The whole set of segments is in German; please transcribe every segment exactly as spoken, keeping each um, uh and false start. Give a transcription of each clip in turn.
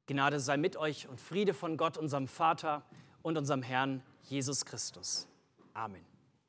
Gnade sei mit euch und Friede von Gott, unserem Vater und unserem Herrn Jesus Christus. Amen.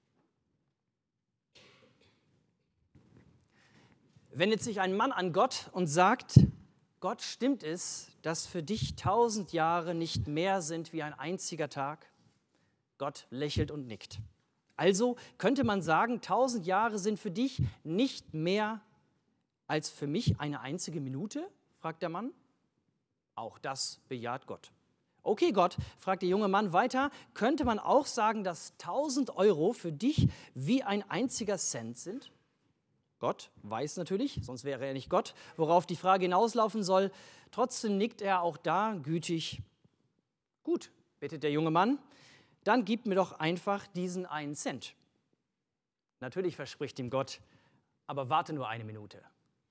Wendet sich ein Mann an Gott und sagt: Gott, stimmt es, dass für dich tausend Jahre nicht mehr sind wie ein einziger Tag? Gott lächelt und nickt. Also könnte man sagen, tausend Jahre sind für dich nicht mehr als für mich eine einzige Minute? Fragt der Mann. Auch das bejaht Gott. Okay, Gott, fragt der junge Mann weiter, könnte man auch sagen, dass tausend Euro für dich wie ein einziger Cent sind? Gott weiß natürlich, sonst wäre er nicht Gott, worauf die Frage hinauslaufen soll. Trotzdem nickt er auch da gütig. Gut, bittet der junge Mann, dann gib mir doch einfach diesen einen Cent. Natürlich verspricht ihm Gott, aber warte nur eine Minute.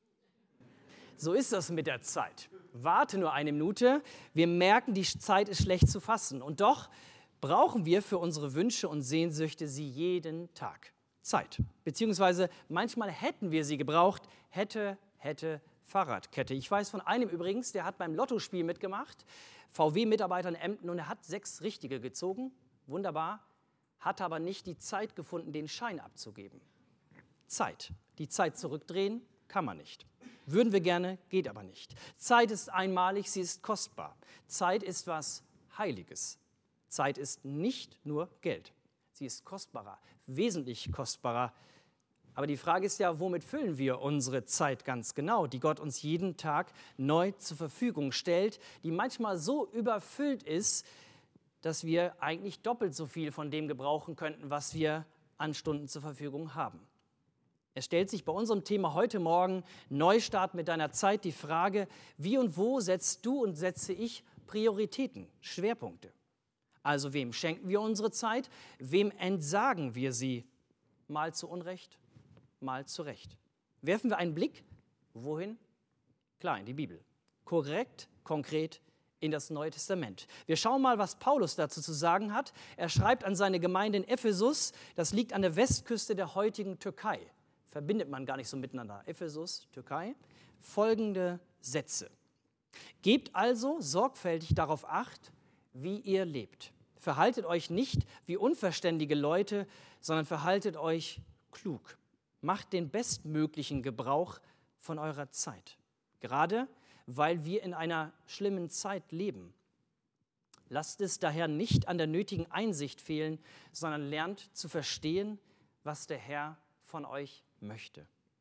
So ist das mit der Zeit. Warte nur eine Minute. Wir merken, die Zeit ist schlecht zu fassen. Und doch brauchen wir für unsere Wünsche und Sehnsüchte sie jeden Tag. Zeit. Beziehungsweise manchmal hätten wir sie gebraucht. Hätte, hätte, Fahrradkette. Ich weiß von einem übrigens, der hat beim Lottospiel mitgemacht. V W-Mitarbeiter in Emden und er hat sechs Richtige gezogen. Wunderbar. Hat aber nicht die Zeit gefunden, den Schein abzugeben. Zeit. Die Zeit zurückdrehen kann man nicht. Würden wir gerne, geht aber nicht. Zeit ist einmalig, sie ist kostbar. Zeit ist was Heiliges. Zeit ist nicht nur Geld. Sie ist kostbarer, wesentlich kostbarer. Aber die Frage ist ja, womit füllen wir unsere Zeit ganz genau, die Gott uns jeden Tag neu zur Verfügung stellt, die manchmal so überfüllt ist, dass wir eigentlich doppelt so viel von dem gebrauchen könnten, was wir an Stunden zur Verfügung haben. Es stellt sich bei unserem Thema heute Morgen Neustart mit deiner Zeit die Frage, wie und wo setzt du und setze ich Prioritäten, Schwerpunkte? Also wem schenken wir unsere Zeit, wem entsagen wir sie? Mal zu Unrecht, mal zu Recht. Werfen wir einen Blick, wohin? Klar, in die Bibel. Korrekt, konkret in das Neue Testament. Wir schauen mal, was Paulus dazu zu sagen hat. Er schreibt an seine Gemeinde in Ephesus, das liegt an der Westküste der heutigen Türkei. Verbindet man gar nicht so miteinander. Ephesus, Türkei. Folgende Sätze. Gebt also sorgfältig darauf Acht, wie ihr lebt. Verhaltet euch nicht wie unverständige Leute, sondern verhaltet euch klug. Macht den bestmöglichen Gebrauch von eurer Zeit. Gerade weil wir in einer schlimmen Zeit leben. Lasst es daher nicht an der nötigen Einsicht fehlen, sondern lernt zu verstehen, was der Herr von euch möchte.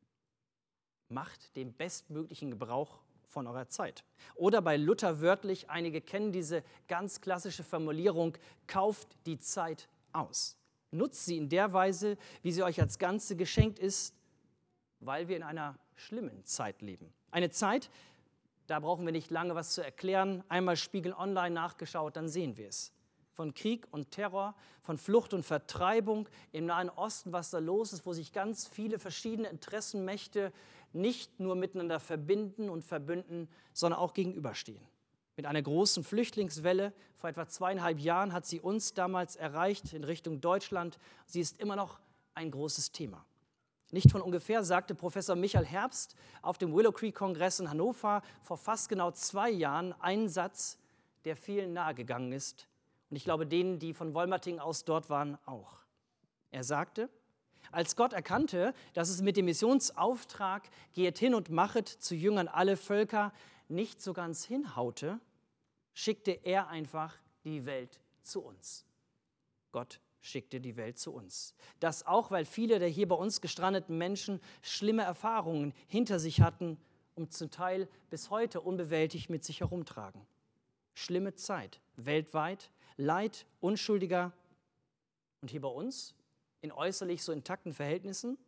Macht den bestmöglichen Gebrauch von eurer Zeit. Oder bei Luther wörtlich, einige kennen diese ganz klassische Formulierung, kauft die Zeit aus. Nutzt sie in der Weise, wie sie euch als Ganze geschenkt ist, weil wir in einer schlimmen Zeit leben. Eine Zeit, da brauchen wir nicht lange was zu erklären. Einmal Spiegel Online nachgeschaut, dann sehen wir es. Von Krieg und Terror, von Flucht und Vertreibung im Nahen Osten, was da los ist, wo sich ganz viele verschiedene Interessenmächte nicht nur miteinander verbinden und verbünden, sondern auch gegenüberstehen. Mit einer großen Flüchtlingswelle vor etwa zweieinhalb Jahren hat sie uns damals erreicht in Richtung Deutschland. Sie ist immer noch ein großes Thema. Nicht von ungefähr sagte Professor Michael Herbst auf dem Willow Creek Kongress in Hannover vor fast genau zwei Jahren einen Satz, der vielen nahegegangen ist. Und ich glaube, denen, die von Wolmerting aus dort waren, auch. Er sagte, als Gott erkannte, dass es mit dem Missionsauftrag, geht hin und machet zu Jüngern alle Völker, nicht so ganz hinhaute, schickte er einfach die Welt zu uns. Gott schickte die Welt zu uns. Das auch, weil viele der hier bei uns gestrandeten Menschen schlimme Erfahrungen hinter sich hatten und zum Teil bis heute unbewältigt mit sich herumtragen. Schlimme Zeit, weltweit, Leid Unschuldiger und hier bei uns in äußerlich so intakten Verhältnissen.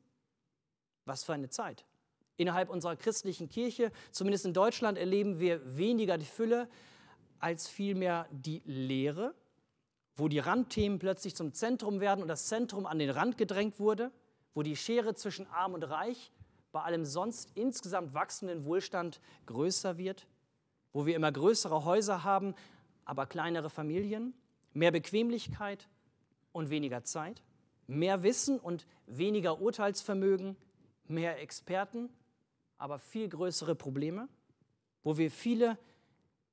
Was für eine Zeit. Innerhalb unserer christlichen Kirche, zumindest in Deutschland, erleben wir weniger die Fülle als vielmehr die Leere, wo die Randthemen plötzlich zum Zentrum werden und das Zentrum an den Rand gedrängt wurde, wo die Schere zwischen Arm und Reich bei allem sonst insgesamt wachsenden Wohlstand größer wird, wo wir immer größere Häuser haben, aber kleinere Familien, mehr Bequemlichkeit und weniger Zeit, mehr Wissen und weniger Urteilsvermögen, mehr Experten, aber viel größere Probleme, wo wir viele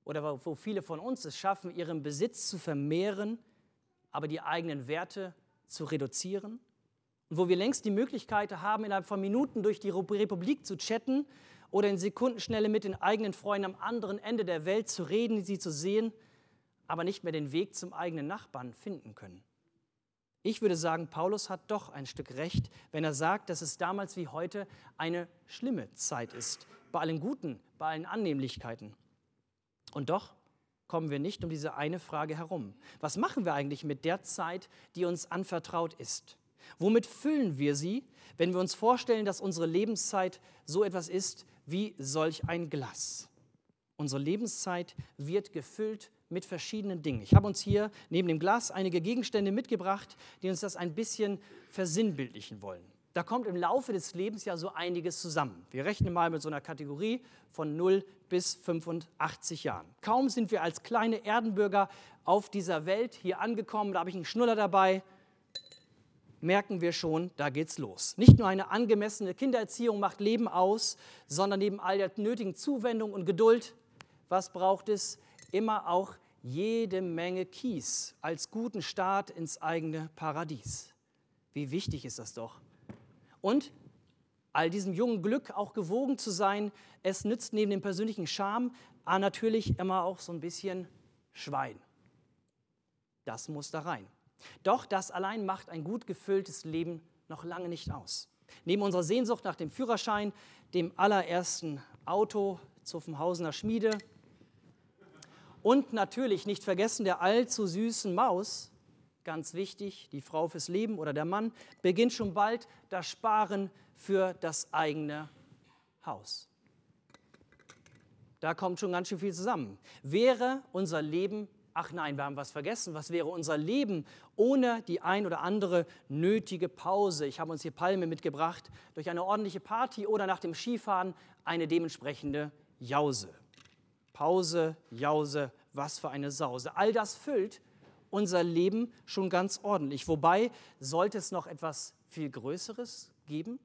oder wo viele von uns es schaffen, ihren Besitz zu vermehren, aber die eigenen Werte zu reduzieren. Und wo wir längst die Möglichkeit haben, innerhalb von Minuten durch die Republik zu chatten oder in Sekundenschnelle mit den eigenen Freunden am anderen Ende der Welt zu reden, sie zu sehen, aber nicht mehr den Weg zum eigenen Nachbarn finden können. Ich würde sagen, Paulus hat doch ein Stück recht, wenn er sagt, dass es damals wie heute eine schlimme Zeit ist, bei allen Guten, bei allen Annehmlichkeiten. Und doch kommen wir nicht um diese eine Frage herum. Was machen wir eigentlich mit der Zeit, die uns anvertraut ist? Womit füllen wir sie, wenn wir uns vorstellen, dass unsere Lebenszeit so etwas ist wie solch ein Glas? Unsere Lebenszeit wird gefüllt mit verschiedenen Dingen. Ich habe uns hier neben dem Glas einige Gegenstände mitgebracht, die uns das ein bisschen versinnbildlichen wollen. Da kommt im Laufe des Lebens ja so einiges zusammen. Wir rechnen mal mit so einer Kategorie von null bis fünfundachtzig Jahren. Kaum sind wir als kleine Erdenbürger auf dieser Welt hier angekommen, da habe ich einen Schnuller dabei, merken wir schon, da geht's los. Nicht nur eine angemessene Kindererziehung macht Leben aus, sondern neben all der nötigen Zuwendung und Geduld, was braucht es? Immer auch jede Menge Kies als guten Start ins eigene Paradies. Wie wichtig ist das doch? Und all diesem jungen Glück auch gewogen zu sein, es nützt neben dem persönlichen Charme natürlich immer auch so ein bisschen Schwein. Das muss da rein. Doch das allein macht ein gut gefülltes Leben noch lange nicht aus. Neben unserer Sehnsucht nach dem Führerschein, dem allerersten Auto, Zuffenhausener Schmiede und natürlich nicht vergessen der allzu süßen Maus, ganz wichtig, die Frau fürs Leben oder der Mann, beginnt schon bald das Sparen für das eigene Haus. Da kommt schon ganz schön viel zusammen. Wäre unser Leben, ach nein, wir haben was vergessen, was wäre unser Leben ohne die ein oder andere nötige Pause? Ich habe uns hier Palme mitgebracht, durch eine ordentliche Party oder nach dem Skifahren eine dementsprechende Jause. Pause, Jause, was für eine Sause. All das füllt unser Leben schon ganz ordentlich. Wobei, sollte es noch etwas viel Größeres geben?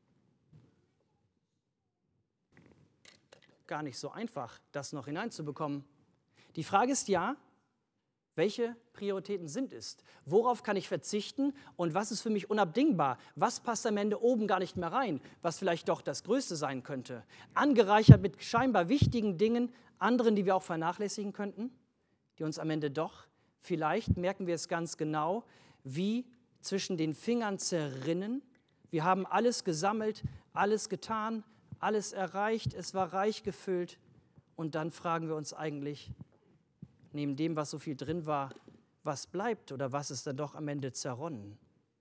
Gar nicht so einfach, das noch hineinzubekommen. Die Frage ist ja, welche Prioritäten sind es? Worauf kann ich verzichten und was ist für mich unabdingbar? Was passt am Ende oben gar nicht mehr rein, was vielleicht doch das Größte sein könnte? Angereichert mit scheinbar wichtigen Dingen, anderen, die wir auch vernachlässigen könnten, die uns am Ende doch, vielleicht merken wir es ganz genau, wie zwischen den Fingern zerrinnen. Wir haben alles gesammelt, alles getan, alles erreicht, es war reich gefüllt und dann fragen wir uns eigentlich, neben dem, was so viel drin war, was bleibt oder was ist dann doch am Ende zerronnen?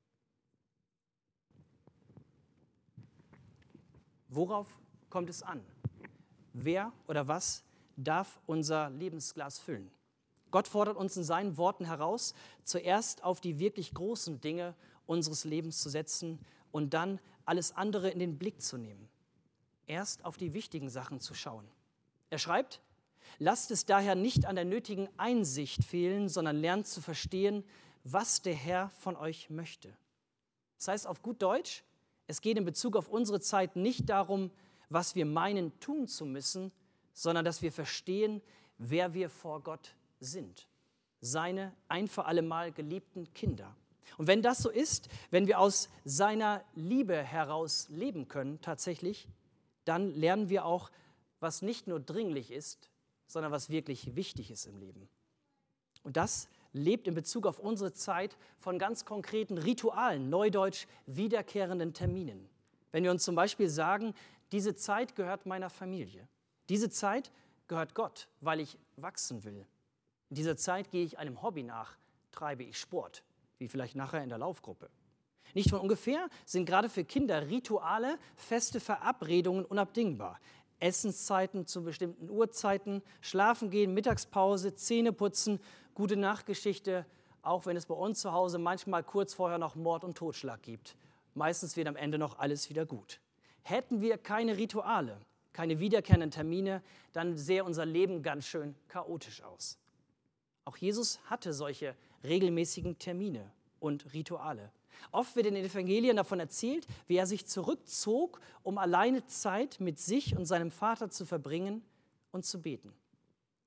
Worauf kommt es an? Wer oder was darf unser Lebensglas füllen? Gott fordert uns in seinen Worten heraus, zuerst auf die wirklich großen Dinge unseres Lebens zu setzen und dann alles andere in den Blick zu nehmen. Erst auf die wichtigen Sachen zu schauen. Er schreibt, lasst es daher nicht an der nötigen Einsicht fehlen, sondern lernt zu verstehen, was der Herr von euch möchte. Das heißt auf gut Deutsch, es geht in Bezug auf unsere Zeit nicht darum, was wir meinen tun zu müssen, sondern dass wir verstehen, wer wir vor Gott sind. Seine ein für alle Mal geliebten Kinder. Und wenn das so ist, wenn wir aus seiner Liebe heraus leben können tatsächlich, dann lernen wir auch, was nicht nur dringlich ist, sondern was wirklich wichtig ist im Leben. Und das lebt in Bezug auf unsere Zeit von ganz konkreten Ritualen, neudeutsch wiederkehrenden Terminen. Wenn wir uns zum Beispiel sagen, diese Zeit gehört meiner Familie, diese Zeit gehört Gott, weil ich wachsen will. In dieser Zeit gehe ich einem Hobby nach, treibe ich Sport, wie vielleicht nachher in der Laufgruppe. Nicht von ungefähr sind gerade für Kinder Rituale, feste Verabredungen unabdingbar. Essenszeiten zu bestimmten Uhrzeiten, Schlafen gehen, Mittagspause, Zähne putzen, gute Nachtgeschichte, auch wenn es bei uns zu Hause manchmal kurz vorher noch Mord und Totschlag gibt. Meistens wird am Ende noch alles wieder gut. Hätten wir keine Rituale, keine wiederkehrenden Termine, dann sähe unser Leben ganz schön chaotisch aus. Auch Jesus hatte solche regelmäßigen Termine und Rituale. Oft wird in den Evangelien davon erzählt, wie er sich zurückzog, um alleine Zeit mit sich und seinem Vater zu verbringen und zu beten.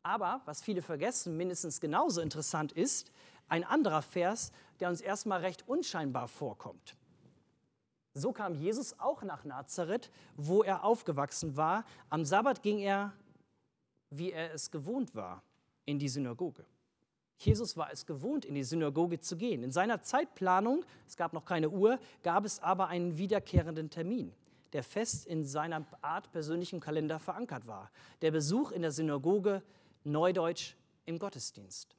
Aber, was viele vergessen, mindestens genauso interessant ist, ein anderer Vers, der uns erstmal recht unscheinbar vorkommt. So kam Jesus auch nach Nazareth, wo er aufgewachsen war. Am Sabbat ging er, wie er es gewohnt war, in die Synagoge. Jesus war es gewohnt, in die Synagoge zu gehen. In seiner Zeitplanung, es gab noch keine Uhr, gab es aber einen wiederkehrenden Termin, der fest in seiner Art persönlichen Kalender verankert war. Der Besuch in der Synagoge, Neudeutsch im Gottesdienst.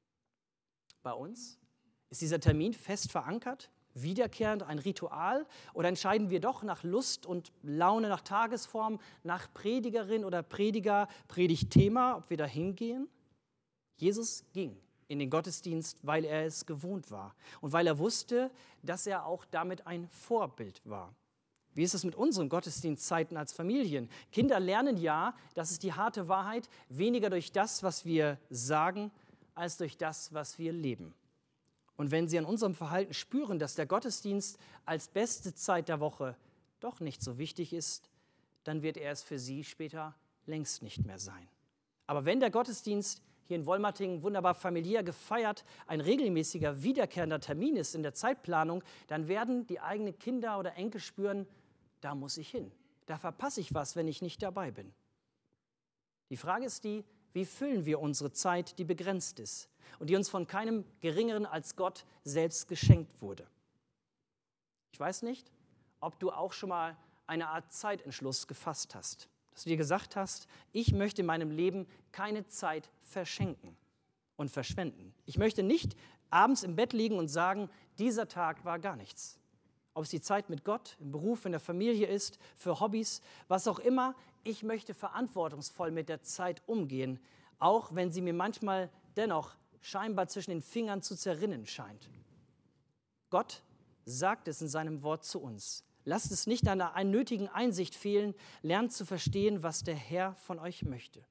Bei uns ist dieser Termin fest verankert, wiederkehrend, ein Ritual, oder entscheiden wir doch nach Lust und Laune, nach Tagesform, nach Predigerin oder Prediger, Predigtthema, ob wir da hingehen? Jesus ging in den Gottesdienst, weil er es gewohnt war und weil er wusste, dass er auch damit ein Vorbild war. Wie ist es mit unseren Gottesdienstzeiten als Familien? Kinder lernen ja, das ist die harte Wahrheit, weniger durch das, was wir sagen, als durch das, was wir leben. Und wenn sie an unserem Verhalten spüren, dass der Gottesdienst als beste Zeit der Woche doch nicht so wichtig ist, dann wird er es für sie später längst nicht mehr sein. Aber wenn der Gottesdienst hier in Wolmerting wunderbar familiär gefeiert, ein regelmäßiger, wiederkehrender Termin ist in der Zeitplanung, dann werden die eigenen Kinder oder Enkel spüren, da muss ich hin. Da verpasse ich was, wenn ich nicht dabei bin. Die Frage ist die, wie füllen wir unsere Zeit, die begrenzt ist und die uns von keinem Geringeren als Gott selbst geschenkt wurde? Ich weiß nicht, ob du auch schon mal eine Art Zeitentschluss gefasst hast, dass du dir gesagt hast, ich möchte in meinem Leben keine Zeit verschenken und verschwenden. Ich möchte nicht abends im Bett liegen und sagen, dieser Tag war gar nichts. Ob es die Zeit mit Gott, im Beruf, in der Familie ist, für Hobbys, was auch immer. Ich möchte verantwortungsvoll mit der Zeit umgehen, auch wenn sie mir manchmal dennoch scheinbar zwischen den Fingern zu zerrinnen scheint. Gott sagt es in seinem Wort zu uns. Lasst es nicht an einer nötigen Einsicht fehlen, lernt zu verstehen, was der Herr von euch möchte.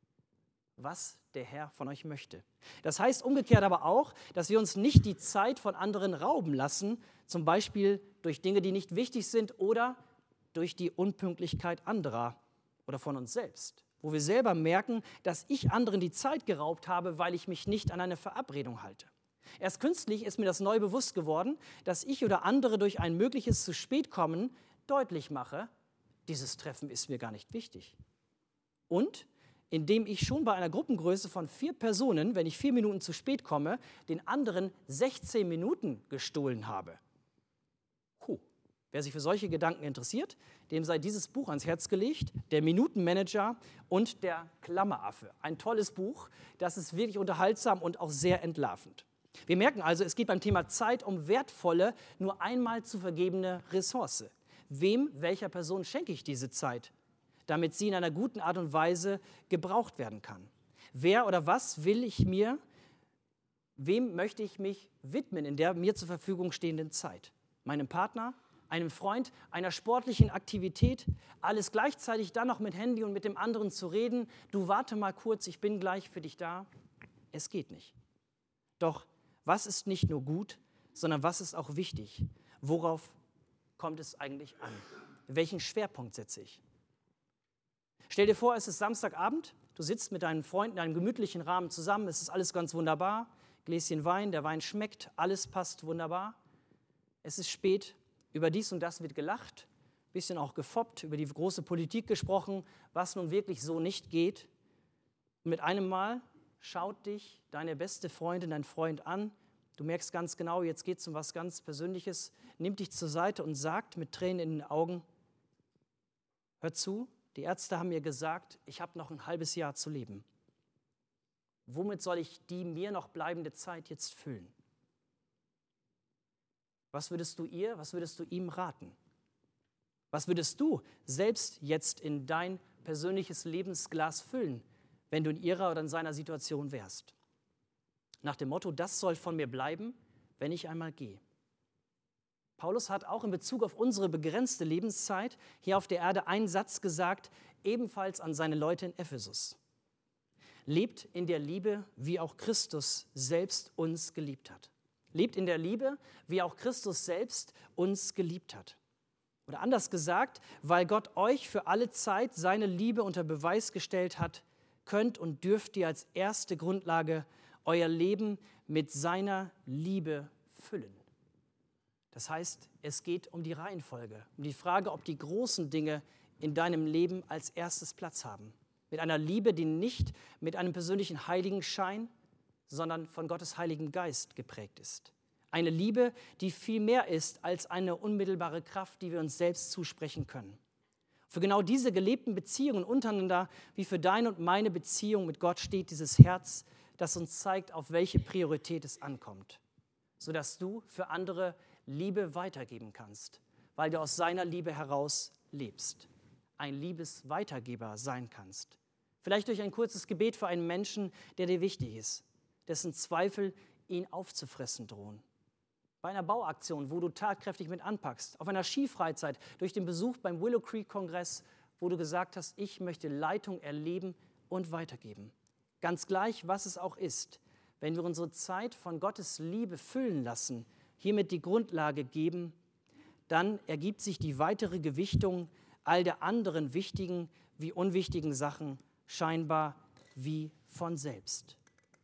Was der Herr von euch möchte. Das heißt umgekehrt aber auch, dass wir uns nicht die Zeit von anderen rauben lassen, zum Beispiel durch Dinge, die nicht wichtig sind oder durch die Unpünktlichkeit anderer oder von uns selbst, wo wir selber merken, dass ich anderen die Zeit geraubt habe, weil ich mich nicht an eine Verabredung halte. Erst kürzlich ist mir das neu bewusst geworden, dass ich oder andere durch ein mögliches zu spät kommen deutlich mache, dieses Treffen ist mir gar nicht wichtig. Und indem ich schon bei einer Gruppengröße von vier Personen, wenn ich vier Minuten zu spät komme, den anderen sechzehn Minuten gestohlen habe. Puh. Wer sich für solche Gedanken interessiert, dem sei dieses Buch ans Herz gelegt, Der Minutenmanager und der Klammeraffe. Ein tolles Buch, das ist wirklich unterhaltsam und auch sehr entlarvend. Wir merken also, es geht beim Thema Zeit um wertvolle, nur einmal zu vergebene Ressource. Wem, welcher Person schenke ich diese Zeit, damit sie in einer guten Art und Weise gebraucht werden kann? Wer oder was will ich mir, wem möchte ich mich widmen in der mir zur Verfügung stehenden Zeit? Meinem Partner, einem Freund, einer sportlichen Aktivität, alles gleichzeitig dann noch mit Handy und mit dem anderen zu reden, du warte mal kurz, ich bin gleich für dich da. Es geht nicht. Doch was ist nicht nur gut, sondern was ist auch wichtig? Worauf kommt es eigentlich an? Welchen Schwerpunkt setze ich? Stell dir vor, es ist Samstagabend, du sitzt mit deinen Freunden in einem gemütlichen Rahmen zusammen, es ist alles ganz wunderbar, Gläschen Wein, der Wein schmeckt, alles passt wunderbar. Es ist spät, über dies und das wird gelacht, ein bisschen auch gefoppt, über die große Politik gesprochen, was nun wirklich so nicht geht. Und mit einem Mal schaut dich deine beste Freundin, dein Freund an, du merkst ganz genau, jetzt geht es um was ganz Persönliches, nimmt dich zur Seite und sagt mit Tränen in den Augen, hör zu, die Ärzte haben mir gesagt, ich habe noch ein halbes Jahr zu leben. Womit soll ich die mir noch bleibende Zeit jetzt füllen? Was würdest du ihr, was würdest du ihm raten? Was würdest du selbst jetzt in dein persönliches Lebensglas füllen, wenn du in ihrer oder in seiner Situation wärst? Nach dem Motto, das soll von mir bleiben, wenn ich einmal gehe. Paulus hat auch in Bezug auf unsere begrenzte Lebenszeit hier auf der Erde einen Satz gesagt, ebenfalls an seine Leute in Ephesus. Lebt in der Liebe, wie auch Christus selbst uns geliebt hat. Lebt in der Liebe, wie auch Christus selbst uns geliebt hat. Oder anders gesagt, weil Gott euch für alle Zeit seine Liebe unter Beweis gestellt hat, könnt und dürft ihr als erste Grundlage euer Leben mit seiner Liebe füllen. Das heißt, es geht um die Reihenfolge, um die Frage, ob die großen Dinge in deinem Leben als erstes Platz haben. Mit einer Liebe, die nicht mit einem persönlichen Heiligenschein, sondern von Gottes Heiligen Geist geprägt ist. Eine Liebe, die viel mehr ist als eine unmittelbare Kraft, die wir uns selbst zusprechen können. Für genau diese gelebten Beziehungen untereinander, wie für deine und meine Beziehung mit Gott, steht dieses Herz, das uns zeigt, auf welche Priorität es ankommt, sodass du für andere Liebe weitergeben kannst, weil du aus seiner Liebe heraus lebst, ein Liebesweitergeber sein kannst. Vielleicht durch ein kurzes Gebet für einen Menschen, der dir wichtig ist, dessen Zweifel ihn aufzufressen drohen. Bei einer Bauaktion, wo du tatkräftig mit anpackst, auf einer Skifreizeit, durch den Besuch beim Willow Creek Kongress, wo du gesagt hast, ich möchte Leitung erleben und weitergeben. Ganz gleich, was es auch ist, wenn wir unsere Zeit von Gottes Liebe füllen lassen, hiermit die Grundlage geben, dann ergibt sich die weitere Gewichtung all der anderen wichtigen wie unwichtigen Sachen scheinbar wie von selbst.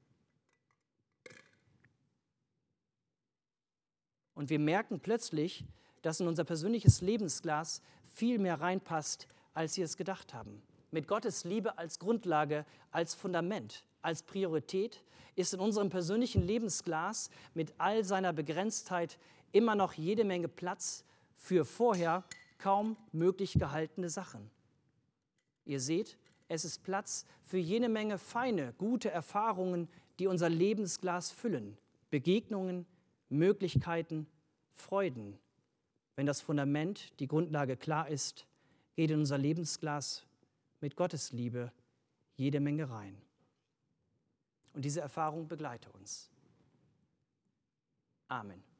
Und wir merken plötzlich, dass in unser persönliches Lebensglas viel mehr reinpasst, als wir es gedacht haben. Mit Gottes Liebe als Grundlage, als Fundament, als Priorität ist in unserem persönlichen Lebensglas mit all seiner Begrenztheit immer noch jede Menge Platz für vorher kaum möglich gehaltene Sachen. Ihr seht, es ist Platz für jene Menge feine, gute Erfahrungen, die unser Lebensglas füllen. Begegnungen, Möglichkeiten, Freuden. Wenn das Fundament, die Grundlage klar ist, geht in unser Lebensglas mit Gottes Liebe jede Menge rein. Und diese Erfahrung begleite uns. Amen.